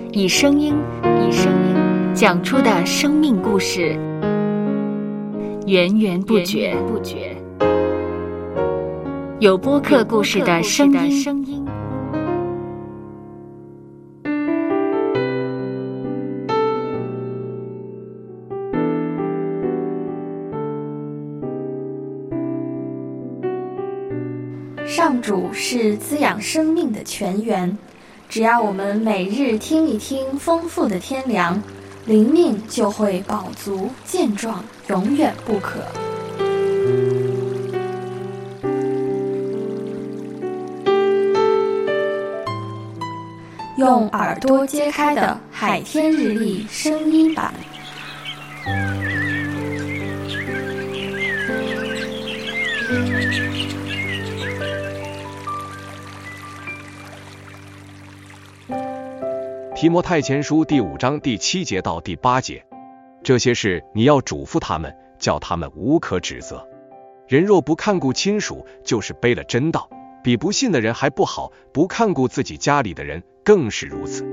以声音讲出的生命故事，源源不绝。有播客故事的声音。 上主是滋养生命的泉源，只要我们每日听一听丰富的天粮，灵命就会饱足健壮，永远不渴。用耳朵揭开的海天日历声音版。 提摩太前书第5章第7节到第8节，这些事你要嘱咐他们，叫他们无可指责。人若不看顾亲属，就是背了真道，比不信的人还不好，不看顾自己家里的人更是如此。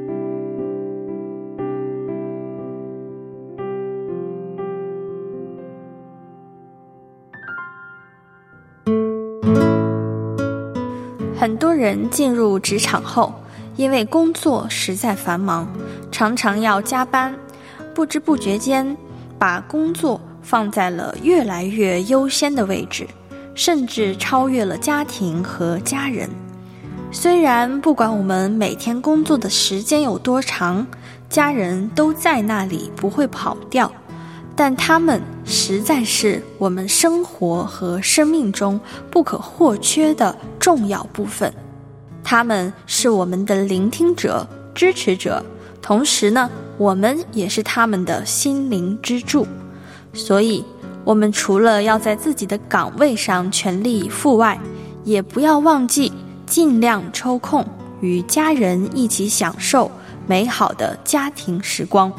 很多人进入职场后，因为工作实在繁忙，常常要加班，不知不觉间把工作放在了越来越优先的位置，甚至超越了家庭和家人。虽然不管我们每天工作的时间有多长，家人都在那里不会跑掉，但他们实在是我们生活和生命中不可或缺的重要部分。他们是我们的聆听者、支持者，同时呢，我们也是他们的心灵支柱。所以，我们除了要在自己的岗位上全力以赴外，也不要忘记尽量抽空与家人一起享受美好的家庭时光。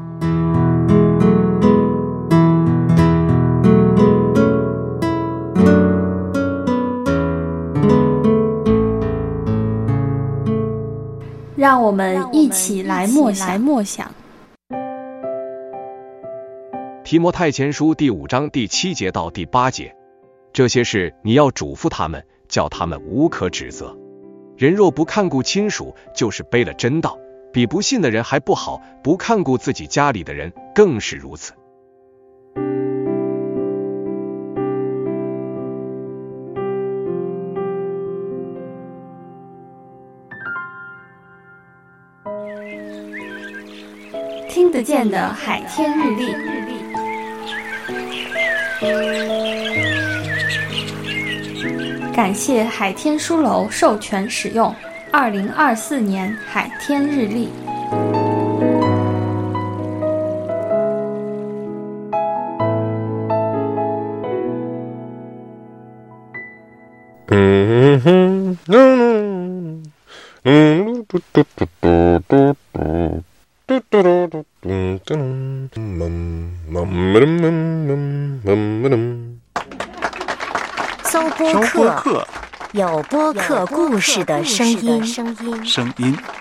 让我们一起来默想。 提摩太前书第5章第7节到第8节，这些事你要嘱咐他们，叫他们无可指责。人若不看顾亲属，就是背了真道，比不信的人还不好，不看顾自己家里的人更是如此。 听得见的海天日历，感谢海天书楼授权使用2024年海天日历。 搜播客，有播客故事的声音。